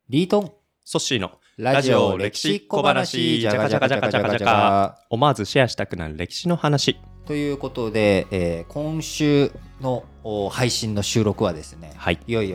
リートンソッシーのラジオ歴史小話じゃかじゃかじゃかじゃかじゃか思わずシェアしたくなる歴史の話ということで、今週の配信の収録はですね、 はい、 いよいよ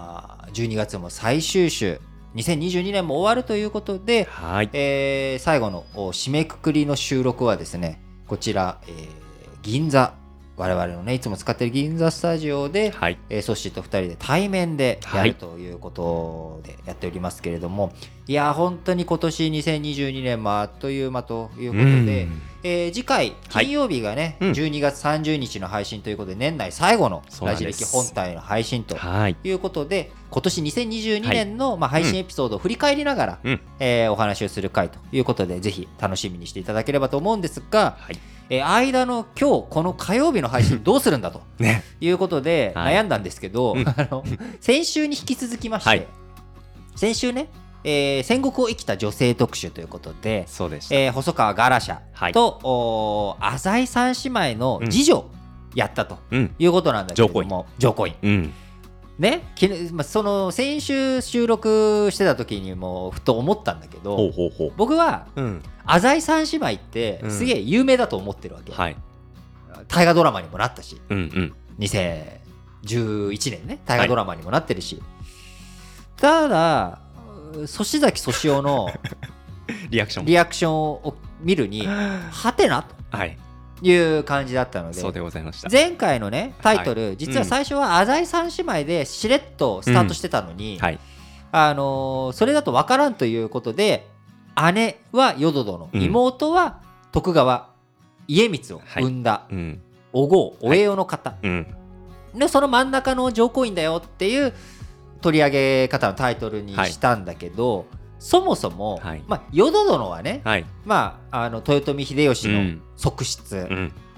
12月も最終週2022年も終わるということで、 はい、 最後の締めくくりの収録はですねこちら、銀座我々のねいつも使っている銀座スタジオで、 はい、 ソッシーと2人で対面でやるということでやっておりますけれども、いや本当に今年2022年もあっという間ということで、次回金曜日がね、12月30日の配信ということで年内最後のラジ歴本体の配信ということで、今年2022年の配信エピソードを振り返りながら、お話をする回ということでぜひ楽しみにしていただければと思うんですが、間の今日この火曜日の配信どうするんだということで悩んだんですけど、先週に引き続きまして、先週ね、戦国を生きた女性特集ということで、 そうでした、 細川ガラシャと、浅井三姉妹の次女やったということなんだけれども、上皇院、ね、その先週収録してた時にもふと思ったんだけど、僕は、浅井三姉妹ってすげえ有名だと思ってるわけ、大河ドラマにもなったし、2011年ね大河ドラマにもなってるし、ただ粗志崎粗志夫のリアクションを見るにはてなという感じだったので、 そうでございました。 前回のねタイトル、実は最初は浅井三姉妹でしれっとスタートしてたのに、それだと分からんということで、姉は淀殿、妹は徳川家光を生んだお郷お栄養の方、でその真ん中の上皇院だよっていう取り上げ方のタイトルにしたんだけど、そもそも、淀殿はね、豊臣秀吉の側室、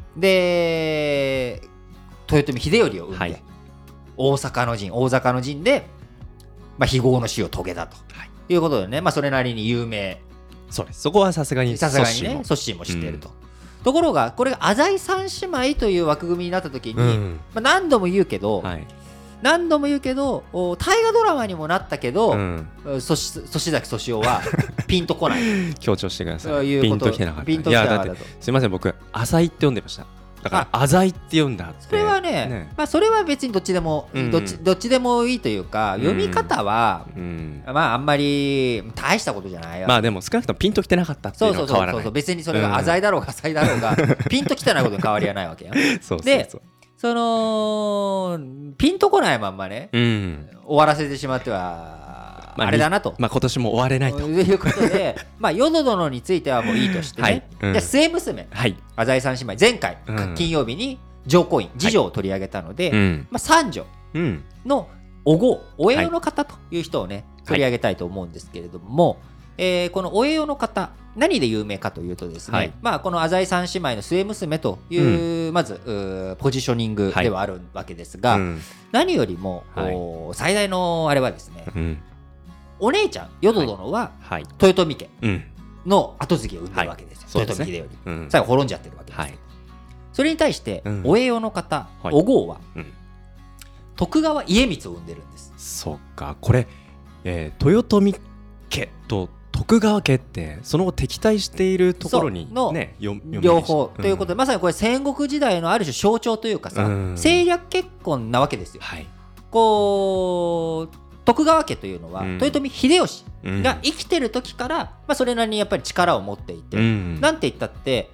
で豊臣秀頼を生んで、大坂の陣で、非業の死を遂げたということでね、それなりに有名。 そうです。そこはさすがにね、ソッシーも知っていると。ところがこれが浅井三姉妹という枠組みになった時に、何度も言うけど、大河ドラマにもなったけど、粗志崎粗志夫はピンとこない強調してください。 ピンときてなかった。いやだってすいません、僕浅井って読んでました。だから浅井って読んだって。 それはね、それは別にどっちでもどっちでもいいというか、読み方はあんまり大したことじゃない。 でも少なくともピンときてなかったっていうのは変わらない。 そう別にそれが浅井だろうが浅井だろうがピンときてないことに変わりはないわけや。でそのピンとこないまんまね、終わらせてしまってはあれだなと、 今年も終われないということで、淀殿についてはもういいとしてね、じゃあ末娘、浅井三姉妹前回、金曜日に上皇院次女を取り上げたので、三女のお郷お栄養の方という人をね取り上げたいと思うんですけれども、このお栄養の方何で有名かというとですね、この浅井三姉妹の末娘という、まずポジショニングではあるわけですが、何よりも、最大のあれはですね、お姉ちゃん淀殿は豊臣家の後継ぎを生んでるわけですよ、豊臣秀頼、最後滅んじゃってるわけです、それに対して、お栄養の方、お郷は、徳川家光を生んでるんです。 そっか、これ、豊臣家と徳川家ってその敵対しているところにね両方ということで、まさにこれ戦国時代のある種象徴というかさ、政略結婚なわけですよ。こう徳川家というのは、豊臣秀吉が生きてる時から、それなりにやっぱり力を持っていて、なんて言ったって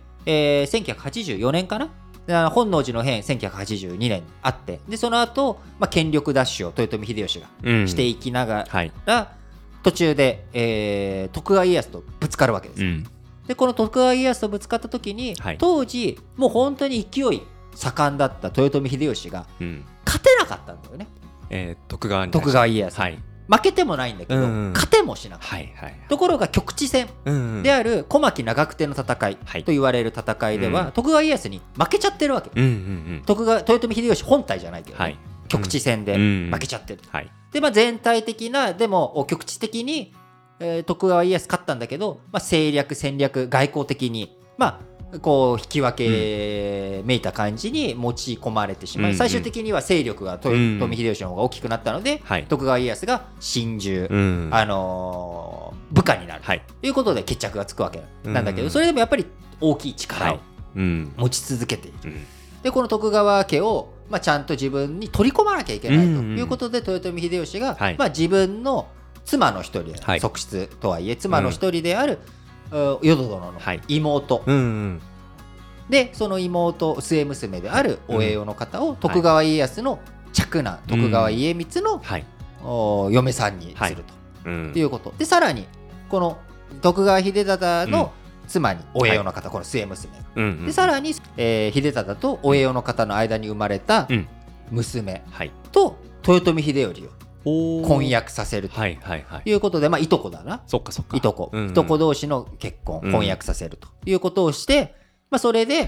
、1984年かな、本能寺の変1982年あって、でその後、権力奪取を豊臣秀吉がしていきながら、途中で、徳川家康とぶつかるわけです、でこの徳川家康とぶつかった時に、当時もう本当に勢い盛んだった豊臣秀吉が勝てなかったんだよね、 徳川家康、負けてもないんだけど、勝てもしなかった、ところが局地戦である小牧長久手の戦いと言われる戦いでは、徳川家康に負けちゃってるわけ、豊臣秀吉本体じゃないけど、局地戦で負けちゃってる、で全体的なでも局地的に、徳川家康勝ったんだけど、政略戦略外交的にこう引き分けめいた感じに持ち込まれてしまい、最終的には勢力が豊臣秀吉の方が大きくなったので、徳川家康が心中、部下になるということで決着がつくわけなんだけど、それでもやっぱり大きい力を持ち続けている。でこの徳川家をちゃんと自分に取り込まなきゃいけないということで、豊臣秀吉が自分の妻の一人で、側室とはいえ妻の一人である淀殿の妹、でその妹末娘であるお栄養の方を徳川家康の嫡男徳川家光の嫁さんにするということで、さらにこの徳川秀忠の妻にお栄養の方、この末娘で、さらに秀忠とお栄養の方の間に生まれた娘と豊臣秀頼を婚約させるということで、いとこだな、いとこ同士の結婚、婚約させるということをして、それで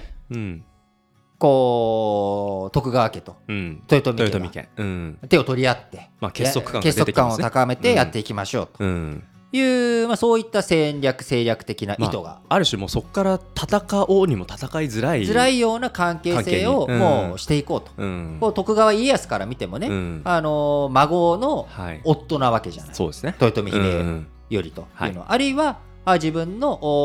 こう徳川家と豊臣家が手を取り合って結束感を高めてやっていきましょうという、そういった政略的な意図が、 ある種もうそこから戦おうにも戦いづらいような関係性をもうしていこうと、こう徳川家康から見てもね、孫の夫なわけじゃない、豊臣秀頼というのは、あるいは自分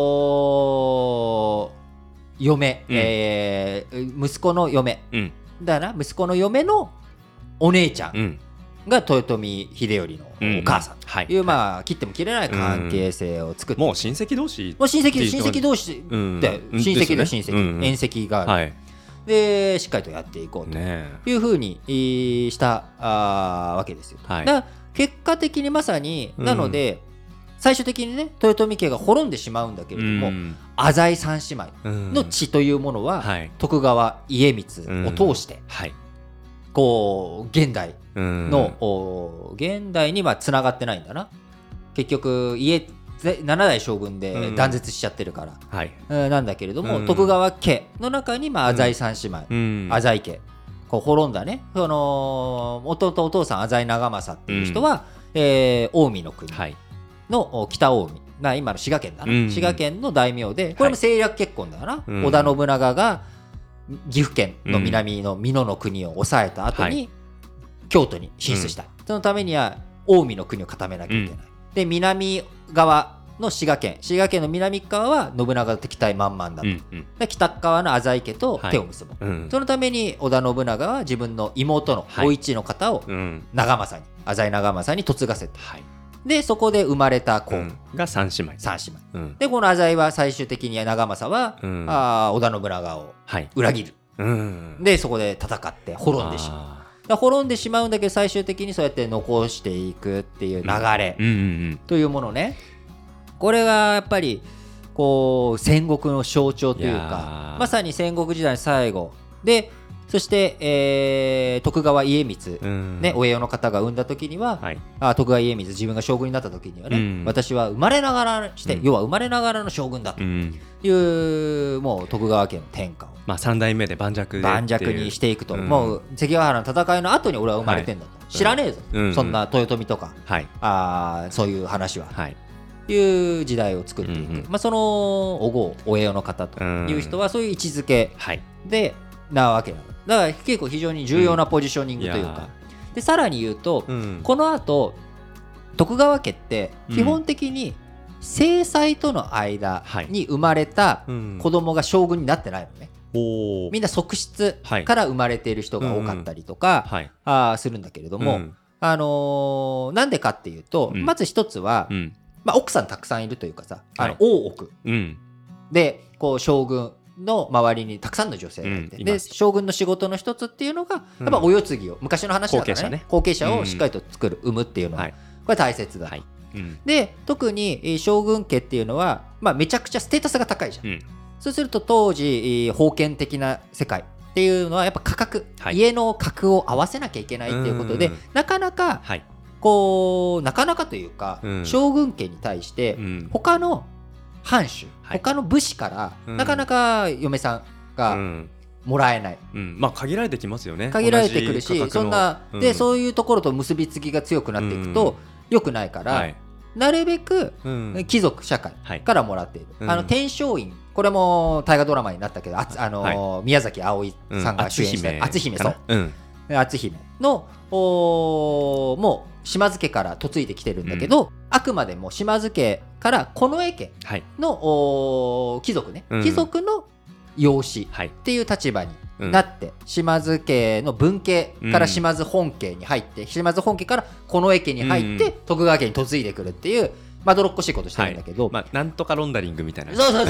の嫁、息子の嫁、だな、息子の嫁のお姉ちゃんが豊臣秀頼のお母さんという、切っても切れない関係性を作って、 もう親戚同士、 親戚同士で、親戚で親戚、縁戚がある、でしっかりとやっていこうというふうにしたわけですよ。だから結果的にまさに、なので最終的にね、豊臣家が滅んでしまうんだけれども、浅井三姉妹の血というものは、徳川家光を通して、こう現代にはつながってないんだな。結局7代将軍で断絶しちゃってるから、なんだけれども、徳川家の中に浅井三姉妹、浅井家こう滅んだね、そのお父さん浅井長政っていう人は、近江の国の北近江、今の滋賀県だな、滋賀県の大名で、これも政略結婚だよな、織田信長が岐阜県の南の美濃の国を抑えた後に、京都に進出した、そのためには近江の国を固めなきゃいけない、で南側の滋賀県の南側は信長と敵対満々だと、で北側の浅井家と手を結ぶ、そのために織田信長は自分の妹のお市の方を浅井長政に嫁がせた、でそこで生まれた子が三姉妹、 でこの浅井は最終的に長政は、織田信長を裏切る、でそこで戦って滅んでしまう。滅んでしまうんだけど、最終的にそうやって残していくっていう流れというものね、これがやっぱりこう戦国の象徴というか、まさに戦国時代の最後で、そして、徳川家光、お栄養の方が産んだ時には、徳川家光自分が将軍になった時にはね、私は生まれながらして、要は生まれながらの将軍だという、もう徳川家の天下を 3代目で盤石にしていくと、もう関ヶ原の戦いの後に俺は生まれてんだと、知らねえぞ、そんな豊臣とか、そういう話は、いう時代を作っていく、そのお栄養の方という人はそういう位置づけでなわけなの。だから結構非常に重要なポジショニングというか、でさらに言うと、この後徳川家って基本的に正妻との間に生まれた子供が将軍になってないのね。みんな側室から生まれている人が多かったりとかするんだけれども、なんでかっていうと、まず一つは、奥さんたくさんいるというかさ、大奥でこう将軍の周りにたくさんの女性がいて、で将軍の仕事の一つっていうのがやっぱお世継ぎを、昔の話だからね、後継者をしっかりと作る、産むっていうのはこれ大切だと。で特に将軍家っていうのは、めちゃくちゃステータスが高いじゃん。そうすると当時封建的な世界っていうのはやっぱ価格、家の格を合わせなきゃいけないっていうことで、なかなかこうなかなかというか、将軍家に対して他の藩主、他の武士からなかなか嫁さんがもらえない、 限られてきますよね。 限られてくるし、そんなでそういうところと結びつきが強くなっていくと良くないから、 なるべく貴族社会からもらっている、天璋院、これも大河ドラマになったけど、宮崎あおいさんが主演した篤姫、篤姫のもう島津家から嫁いできてるんだけど、あくまでも島津家から近衛家の貴族ね、貴族の養子っていう立場になって、島津家の分家から島津本家に入って、島津本家から近衛家に入って、徳川家に嫁いでくるっていうまどろっこしいことしてるんだけど、 なんとかロンダリングみたいな、 そう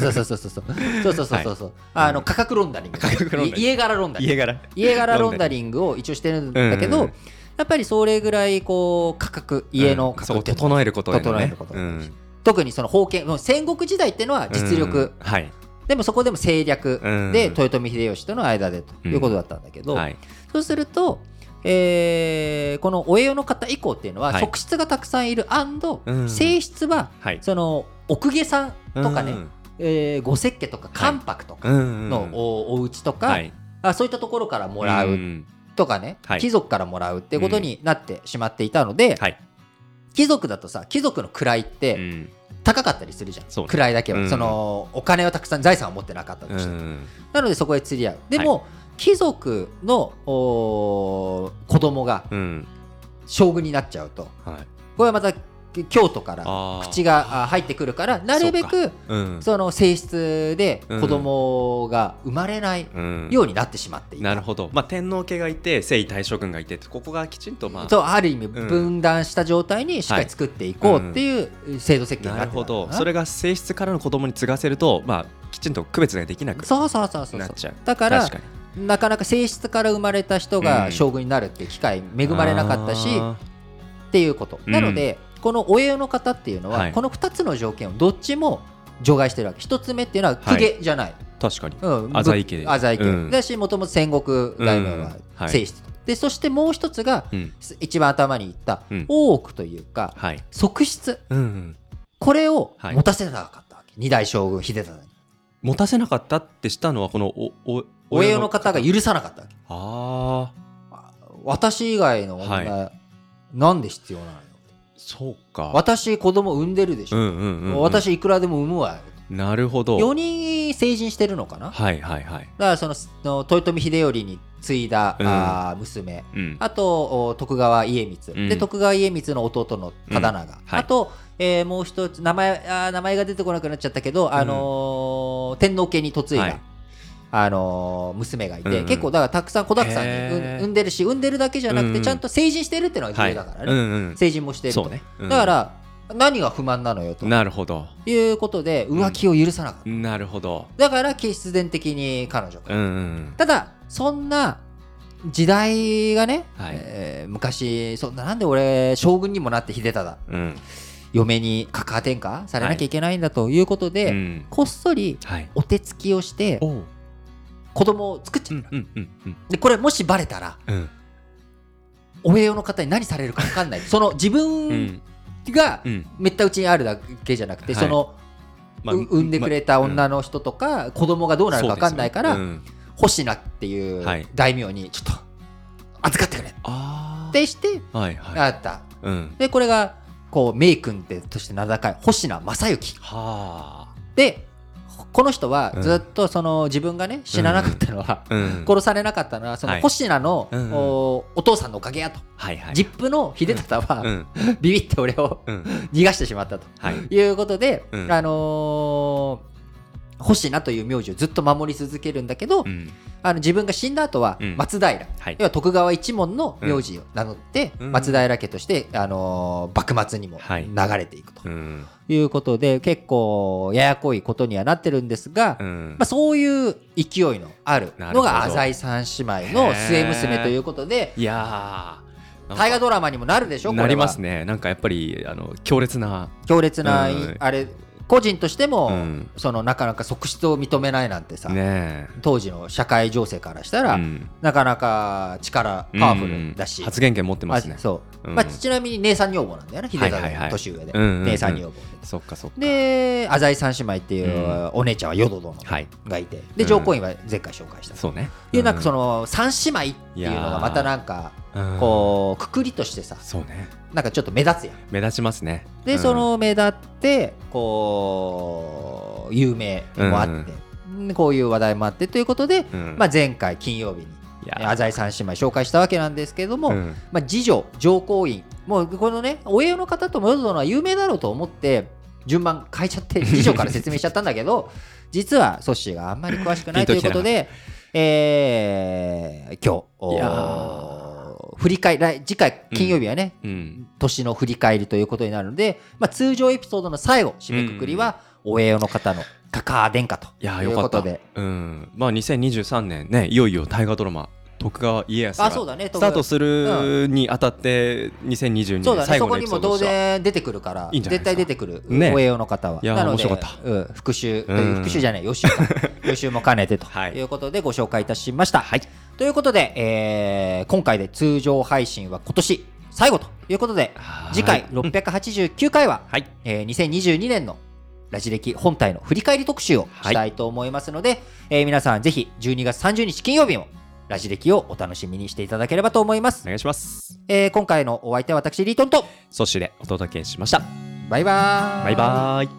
価格ロンダリング、家柄ロンダリング、家柄ロンダリングを一応してるんだけど、やっぱりそれぐらいこう価格、家の価格って整えることね、 特にその封建戦国時代っていうのは実力、でもそこでも政略で豊臣秀吉との間でということだったんだけど、そうすると、このお家の方以降っていうのは側室がたくさんいる&正室はその奥下さんとかね、御石家とか関白とかのお家とか、そういったところからもらうとかね、貴族からもらうっていうことになってしまっていたので、貴族だとさ、貴族の位って高かったりするじゃん、位だけは、そのお金をたくさん財産を持ってなかったとして、なのでそこで釣り合う。でも、貴族の子供が将軍になっちゃうと、これはまた京都から口が入ってくるから、なるべくその正室で子供が生まれないようになってしまっていた。 なるほど、天皇家がいて征夷大将軍がいて、ここがきちんとある意味分断した状態にしっかり作っていこうっていう制度設計になってた。 なるほど、それが正室からの子供に継がせると、きちんと区別ができなくなっちゃう。 だからなかなか正室から生まれた人が将軍になるっていう機会恵まれなかったし、っていうことなので、このお家の方っていうのは、この2つの条件をどっちも除外してるわけ。1つ目っていうのは公家じゃない、 確かに浅井家だし、もともと戦国大名は正室で、そしてもう一つが一番頭に言った大奥というか側室、これを持たせなかったわけ、二代将軍秀忠に持たせなかったってしたのは、このお家の方が許さなかったわけ。私以外の女、なんで必要なのよ。 そうか、 私子供産んでるでしょ、私いくらでも産むわよ。 なるほど。 4人成人してるのかな。だからその豊臣秀頼に継いだ娘、あと徳川家光、で徳川家光の弟の忠長、あともう一つ名前が出てこなくなっちゃったけど、天皇家に嫁いだ娘がいて、結構だからたくさん子だくさんに産んでるし、産んでるだけじゃなくてちゃんと成人してるっていうのが重要だからね、成人もしてると、だから何が不満なのよということで浮気を許さなかった。 なるほど。 だから必然的に彼女が、ただそんな時代がね、昔なんで俺将軍にもなって秀忠嫁にカカア転嫁されなきゃいけないんだということで、こっそりお手つきをして子供を作っちゃった。でこれもしバレたら、お家の方に何されるか分かんない。その自分がめった打ちにあるだけじゃなくて、その産んでくれた女の人とか子供がどうなるか分かんないから、星名っていう大名にちょっと預かってくれってしてあった。でこれがこう名君として名高い星名正幸で、この人はずっとその自分がね死ななかったのは、殺されなかったのはその星名のお父さんのおかげやと。実父の秀忠はビビって俺を逃がしてしまったということで、星名という名字をずっと守り続けるんだけど、自分が死んだ後は松平、要は徳川一門の名字を名乗って松平家として幕末にも流れていくということで、結構ややこいことにはなってるんですが、そういう勢いのあるのが浅井三姉妹の末娘ということで、 いや大河ドラマにもなるでしょ。これはなりますね。なんかやっぱり強烈なあれ、個人としても、そのなかなか側室を認めないなんてさ、当時の社会情勢からしたら、なかなかパワフルだし、 発言権持ってますね。 ちなみに姉さん女房なんだよね、秀忠の年上で姉さん女房で、 で浅井三姉妹っていうお姉ちゃんは淀殿がいて、で上皇院は前回紹介したいうなんかその三姉妹っていうのがまたなんかこうくくりとしてさ、 そうね、 なんかちょっと目立つやん。 目立ちますね。 で、その目立ってこう有名もあって、こういう話題もあってということで、前回金曜日に浅井三姉妹紹介したわけなんですけども、次女上皇院、もうこのねお栄養の方とも淀殿は有名だろうと思って順番変えちゃって次女から説明しちゃったんだけど実はソッシーがあんまり詳しくないということで、今日振り返り、次回金曜日はね、年の振り返りということになるので、通常エピソードの最後締めくくりはお栄養の方のカカア殿下ということで、 2023年ね、いよいよ大河ドラマ徳川家康がスタートするにあたって2022年最後のエピソードとしては、そこにも当然出てくるから絶対出てくる、お栄養の方は。なので復習じゃない予習も兼ねてということでご紹介いたしました。ということで、今回で通常配信は今年最後ということで、次回689回は2022年のラジ歴本体の振り返り特集をしたいと思いますので、皆さんぜひ12月30日金曜日もラジ歴をお楽しみにしていただければと思います。 お願いします。 今回のお相手は私リートンとソシでお届けしました。 バイバーイ。 バイバーイ。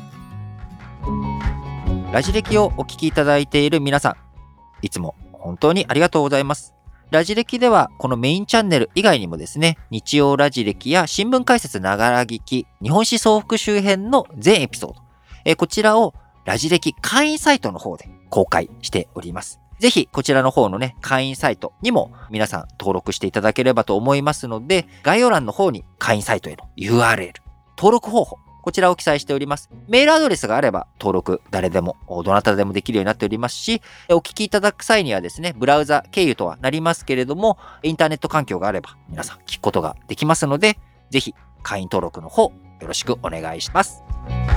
ラジ歴をお聞きいただいている皆さん、いつも本当にありがとうございます。ラジ歴ではこのメインチャンネル以外にもですね、日曜ラジ歴や新聞解説ながら聞き、日本史総復周辺の全エピソード、こちらをラジ歴会員サイトの方で公開しております。ぜひこちらの方のね、会員サイトにも皆さん登録していただければと思いますので、概要欄の方に会員サイトへの URL、登録方法、こちらを記載しております。メールアドレスがあれば登録誰でもどなたでもできるようになっておりますし、お聞きいただく際にはですね、ブラウザ経由とはなりますけれども、インターネット環境があれば皆さん聞くことができますので、ぜひ会員登録の方よろしくお願いします。